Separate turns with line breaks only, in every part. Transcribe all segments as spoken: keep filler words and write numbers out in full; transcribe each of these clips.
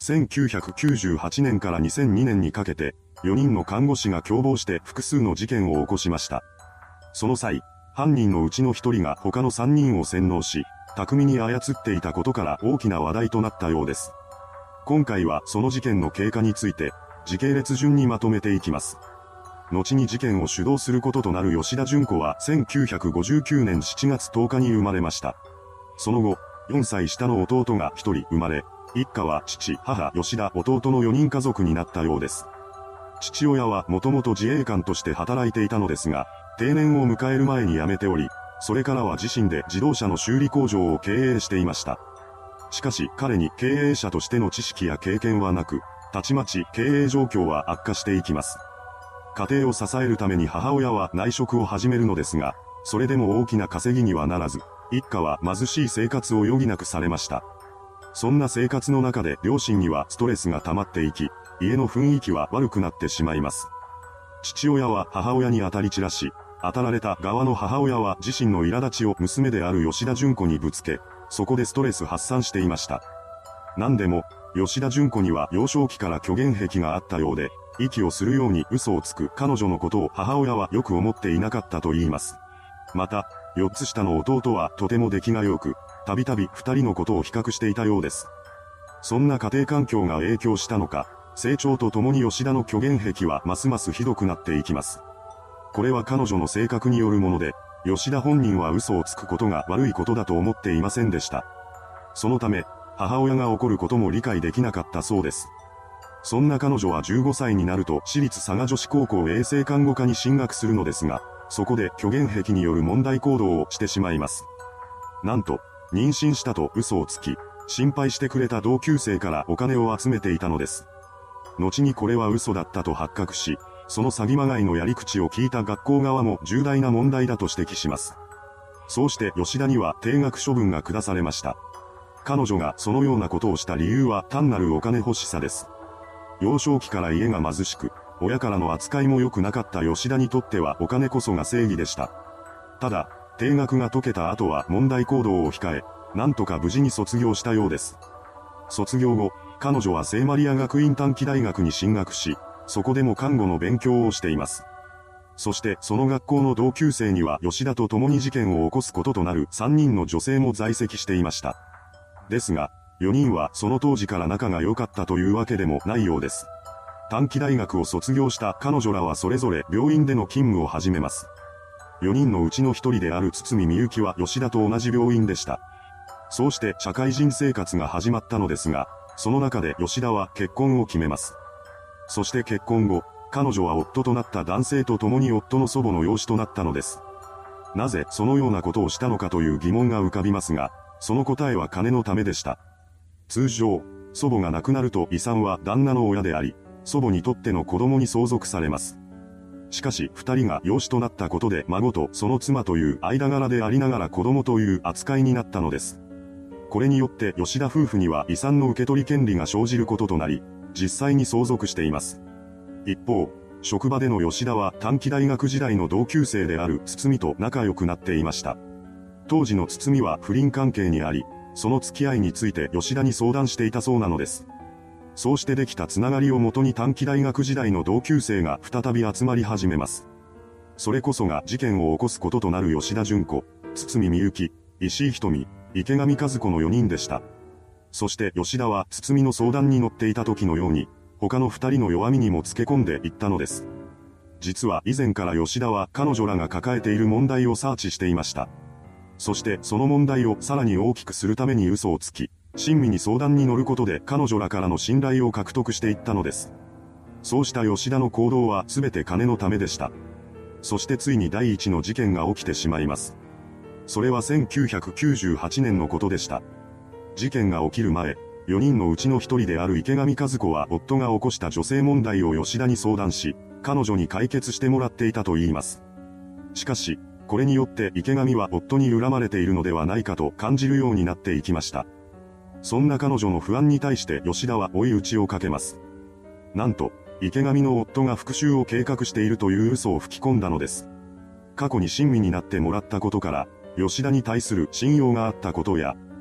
せんきゅうひゃくきゅうじゅうはちねんからにせんにねんにかけて、よにんの看護師が共謀して複数の事件を起こしました。その際、犯人のうちのひとりが他のさんにんを洗脳し、巧みに操っていたことから大きな話題となったようです。今回はその事件の経過について、時系列順にまとめていきます。後に事件を主導することとなる吉田順子はせんきゅうひゃくごじゅうきゅうねんしちがつとおかに生まれました。その後、よんさい下の弟がひとり生まれ、一家は父、母、吉田、弟のよにん家族になったようです。父親はもともと自衛官として働いていたのですが、定年を迎える前に辞めており、それからは自身で自動車の修理工場を経営していました。しかし彼に経営者としての知識や経験はなく、たちまち経営状況は悪化していきます。家庭を支えるために母親は内職を始めるのですが、それでも大きな稼ぎにはならず、一家は貧しい生活を余儀なくされました。そんな生活の中で両親にはストレスが溜まっていき、家の雰囲気は悪くなってしまいます。父親は母親に当たり散らし、当たられた側の母親は自身の苛立ちを娘である吉田順子にぶつけ、そこでストレス発散していました。何でも、吉田順子には幼少期から虚言癖があったようで、息をするように嘘をつく彼女のことを母親はよく思っていなかったと言います。また、よっつ下の弟はとても出来が良く、たびたび二人のことを比較していたようです。そんな家庭環境が影響したのか、成長とともに吉田の虚言癖はますますひどくなっていきます。これは彼女の性格によるもので、吉田本人は嘘をつくことが悪いことだと思っていませんでした。そのため、母親が怒ることも理解できなかったそうです。そんな彼女はじゅうごさいになると私立佐賀女子高校衛生看護科に進学するのですが、そこで虚言癖による問題行動をしてしまいます。なんと、妊娠したと嘘をつき、心配してくれた同級生からお金を集めていたのです。後にこれは嘘だったと発覚し、その詐欺まがいのやり口を聞いた学校側も重大な問題だと指摘します。そうして吉田には停学処分が下されました。彼女がそのようなことをした理由は単なるお金欲しさです。幼少期から家が貧しく、親からの扱いも良くなかった吉田にとってはお金こそが正義でした。ただ、停学が解けた後は問題行動を控え、なんとか無事に卒業したようです。卒業後、彼女は聖マリア学院短期大学に進学し、そこでも看護の勉強をしています。そしてその学校の同級生には吉田と共に事件を起こすこととなるさんにんの女性も在籍していました。ですが、よにんはその当時から仲が良かったというわけでもないようです。短期大学を卒業した彼女らはそれぞれ病院での勤務を始めます。よにんのうちのひとりである堤みゆきは吉田と同じ病院でした。そうして社会人生活が始まったのですが、その中で吉田は結婚を決めます。そして結婚後、彼女は夫となった男性と共に夫の祖母の養子となったのです。なぜそのようなことをしたのかという疑問が浮かびますが、その答えは金のためでした。通常、祖母が亡くなると遺産は旦那の親であり、祖母にとっての子供に相続されます。しかし二人が養子となったことで孫とその妻という間柄でありながら子供という扱いになったのです。これによって吉田夫婦には遺産の受け取り権利が生じることとなり、実際に相続しています。一方、職場での吉田は短期大学時代の同級生である堤と仲良くなっていました。当時の堤は不倫関係にあり、その付き合いについて吉田に相談していたそうなのです。そうしてできたつながりをもとに短期大学時代の同級生が再び集まり始めます。それこそが事件を起こすこととなる吉田順子、堤みゆき、石井ひとみ、池上和子のよにんでした。そして吉田は堤の相談に乗っていた時のように、他のふたりの弱みにもつけ込んでいったのです。実は以前から吉田は彼女らが抱えている問題をサーチしていました。そしてその問題をさらに大きくするために嘘をつき、親身に相談に乗ることで彼女らからの信頼を獲得していったのです。そうした吉田の行動は全て金のためでした。そしてついに第一の事件が起きてしまいます。それはせんきゅうひゃくきゅうじゅうはちねんのことでした。事件が起きる前、よにんのうちのひとりである池上和子は夫が起こした女性問題を吉田に相談し、彼女に解決してもらっていたと言います。しかし、これによって池上は夫に恨まれているのではないかと感じるようになっていきました。そんな彼女の不安に対して吉田は追い打ちをかけます。なんと、池上の夫が復讐を計画しているという嘘を吹き込んだのです。過去に親身になってもらったことから、吉田に対する信用があったことや、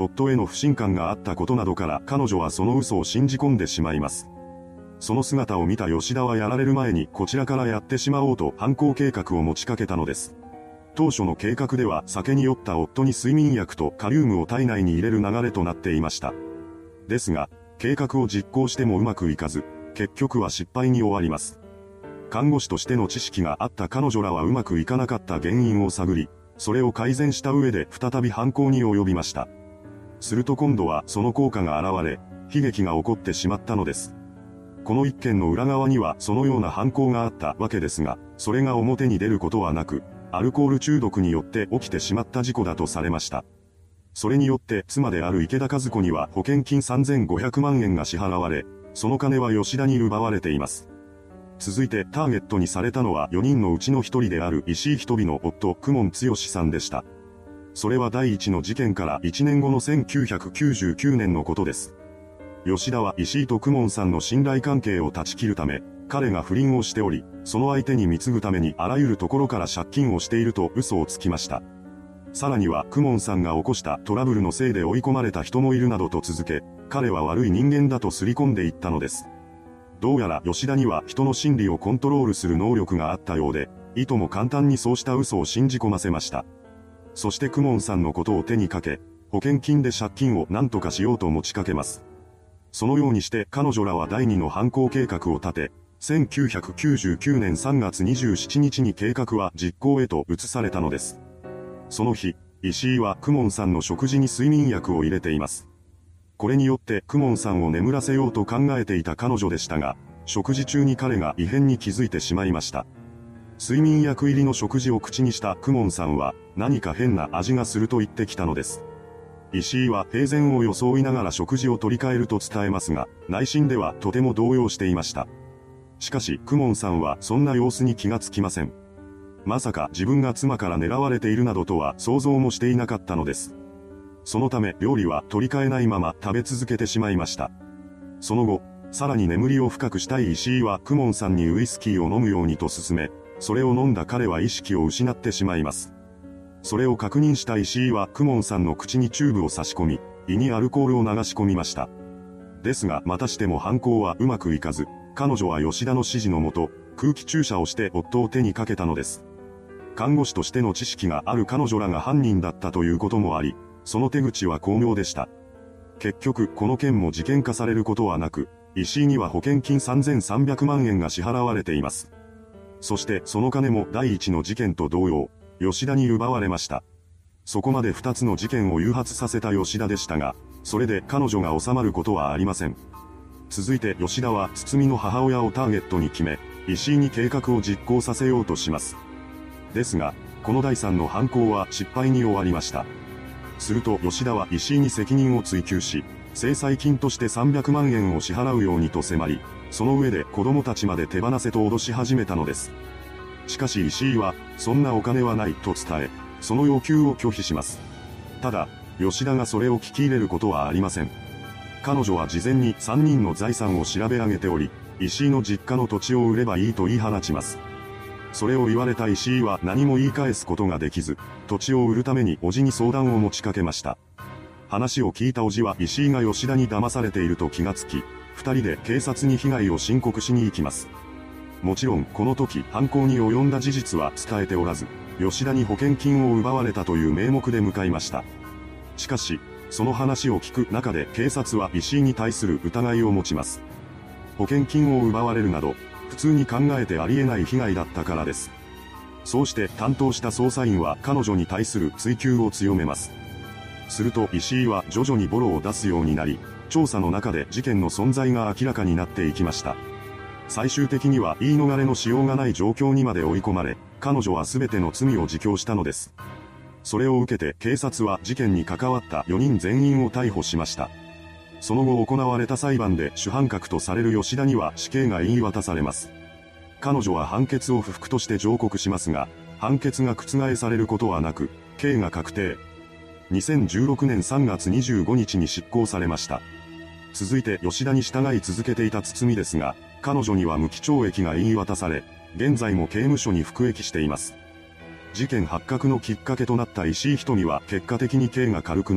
夫への不信感があったことなどから彼女はその嘘を信じ込んでしまいます。その姿を見た吉田はやられる前にこちらからやってしまおうと犯行計画を持ちかけたのです。当初の計画では酒に酔った夫に睡眠薬とカリウムを体内に入れる流れとなっていました。ですが、計画を実行してもうまくいかず、結局は失敗に終わります。看護師としての知識があった彼女らはうまくいかなかった原因を探り、それを改善した上で再び犯行に及びました。すると今度はその効果が現れ、悲劇が起こってしまったのです。この一件の裏側にはそのような犯行があったわけですが、それが表に出ることはなく、アルコール中毒によって起きてしまった事故だとされました。それによって妻である池田和子には保険金さんぜんごひゃくまんえんが支払われ、その金は吉田に奪われています。続いてターゲットにされたのはよにんのうちのひとりである石井ひとみの夫、公文剛さんでした。それは第一の事件からいちねんごのせんきゅうひゃくきゅうじゅうきゅうねんのことです。吉田は石井と公文さんの信頼関係を断ち切るため、彼が不倫をしており、その相手に貢ぐためにあらゆるところから借金をしていると嘘をつきました。さらには公文さんが起こしたトラブルのせいで追い込まれた人もいるなどと続け、彼は悪い人間だと刷り込んでいったのです。どうやら吉田には人の心理をコントロールする能力があったようで、いとも簡単にそうした嘘を信じ込ませました。そして公文さんのことを手にかけ、保険金で借金を何とかしようと持ちかけます。そのようにして彼女らは第二の犯行計画を立て、せんきゅうひゃくきゅうじゅうきゅうねんさんがつにじゅうしちにちに計画は実行へと移されたのです。その日、石井は公文さんの食事に睡眠薬を入れています。これによって公文さんを眠らせようと考えていた彼女でしたが、食事中に彼が異変に気づいてしまいました。睡眠薬入りの食事を口にした公文さんは、何か変な味がすると言ってきたのです。石井は平然を装いながら食事を取り替えると伝えますが、内心ではとても動揺していました。しかし、公文さんはそんな様子に気がつきません。まさか自分が妻から狙われているなどとは想像もしていなかったのです。そのため料理は取り替えないまま食べ続けてしまいました。その後、さらに眠りを深くしたい石井は公文さんにウイスキーを飲むようにと勧め、それを飲んだ彼は意識を失ってしまいます。それを確認した石井は公文さんの口にチューブを差し込み、胃にアルコールを流し込みました。ですがまたしても犯行はうまくいかず、彼女は吉田の指示のもと、空気注射をして夫を手にかけたのです。看護師としての知識がある彼女らが犯人だったということもあり、その手口は巧妙でした。結局この件も事件化されることはなく、石井には保険金さんぜんさんびゃくまんえんが支払われています。そしてその金も第一の事件と同様、吉田に奪われました。そこまで二つの事件を誘発させた吉田でしたが、それで彼女が収まることはありません。続いて吉田は堤の母親をターゲットに決め、石井に計画を実行させようとします。ですが、この第三の犯行は失敗に終わりました。すると吉田は石井に責任を追及し、制裁金としてさんびゃくまんえんを支払うようにと迫り、その上で子供たちまで手放せと脅し始めたのです。しかし石井は、そんなお金はないと伝え、その要求を拒否します。ただ、吉田がそれを聞き入れることはありません。彼女は事前にさんにんの財産を調べ上げており、石井の実家の土地を売ればいいと言い放ちます。それを言われた石井は何も言い返すことができず、土地を売るために叔父に相談を持ちかけました。話を聞いた叔父は石井が吉田に騙されていると気がつき、二人で警察に被害を申告しに行きます。もちろんこの時犯行に及んだ事実は伝えておらず、吉田に保険金を奪われたという名目で向かいました。しかし、その話を聞く中で警察は石井に対する疑いを持ちます。保険金を奪われるなど、普通に考えてありえない被害だったからです。そうして担当した捜査員は彼女に対する追及を強めます。すると石井は徐々にボロを出すようになり、調査の中で事件の存在が明らかになっていきました。最終的には言い逃れのしようがない状況にまで追い込まれ、彼女は全ての罪を自供したのです。それを受けて警察は事件に関わったよにん全員を逮捕しました。その後行われた裁判で主犯格とされる吉田には死刑が言い渡されます。彼女は判決を不服として上告しますが、判決が覆されることはなく、刑が確定。にせんじゅうろくねんさんがつにじゅうごにちに執行されました。続いて吉田に従い続けていた堤ですが、彼女には無期懲役が言い渡され、現在も刑務所に服役しています。事件発覚のきっかけとなった石井ひとみは結果的に刑が軽くなり、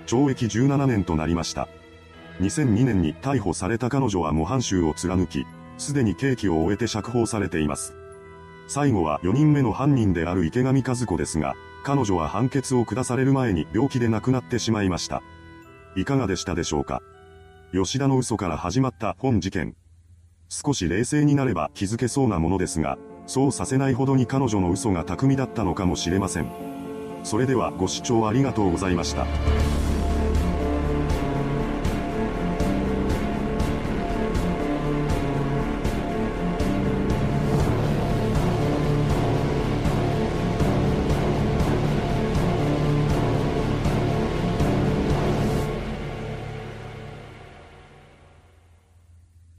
ちょうえきじゅうななねんとなりました。にせんにねんに逮捕された彼女は模範囚を貫き、すでに刑期を終えて釈放されています。最後はよにんめの犯人である池上和子ですが、彼女は判決を下される前に病気で亡くなってしまいました。いかがでしたでしょうか。吉田の嘘から始まった本事件。少し冷静になれば気づけそうなものですが、そうさせないほどに彼女の嘘が巧みだったのかもしれません。それではご視聴ありがとうございました。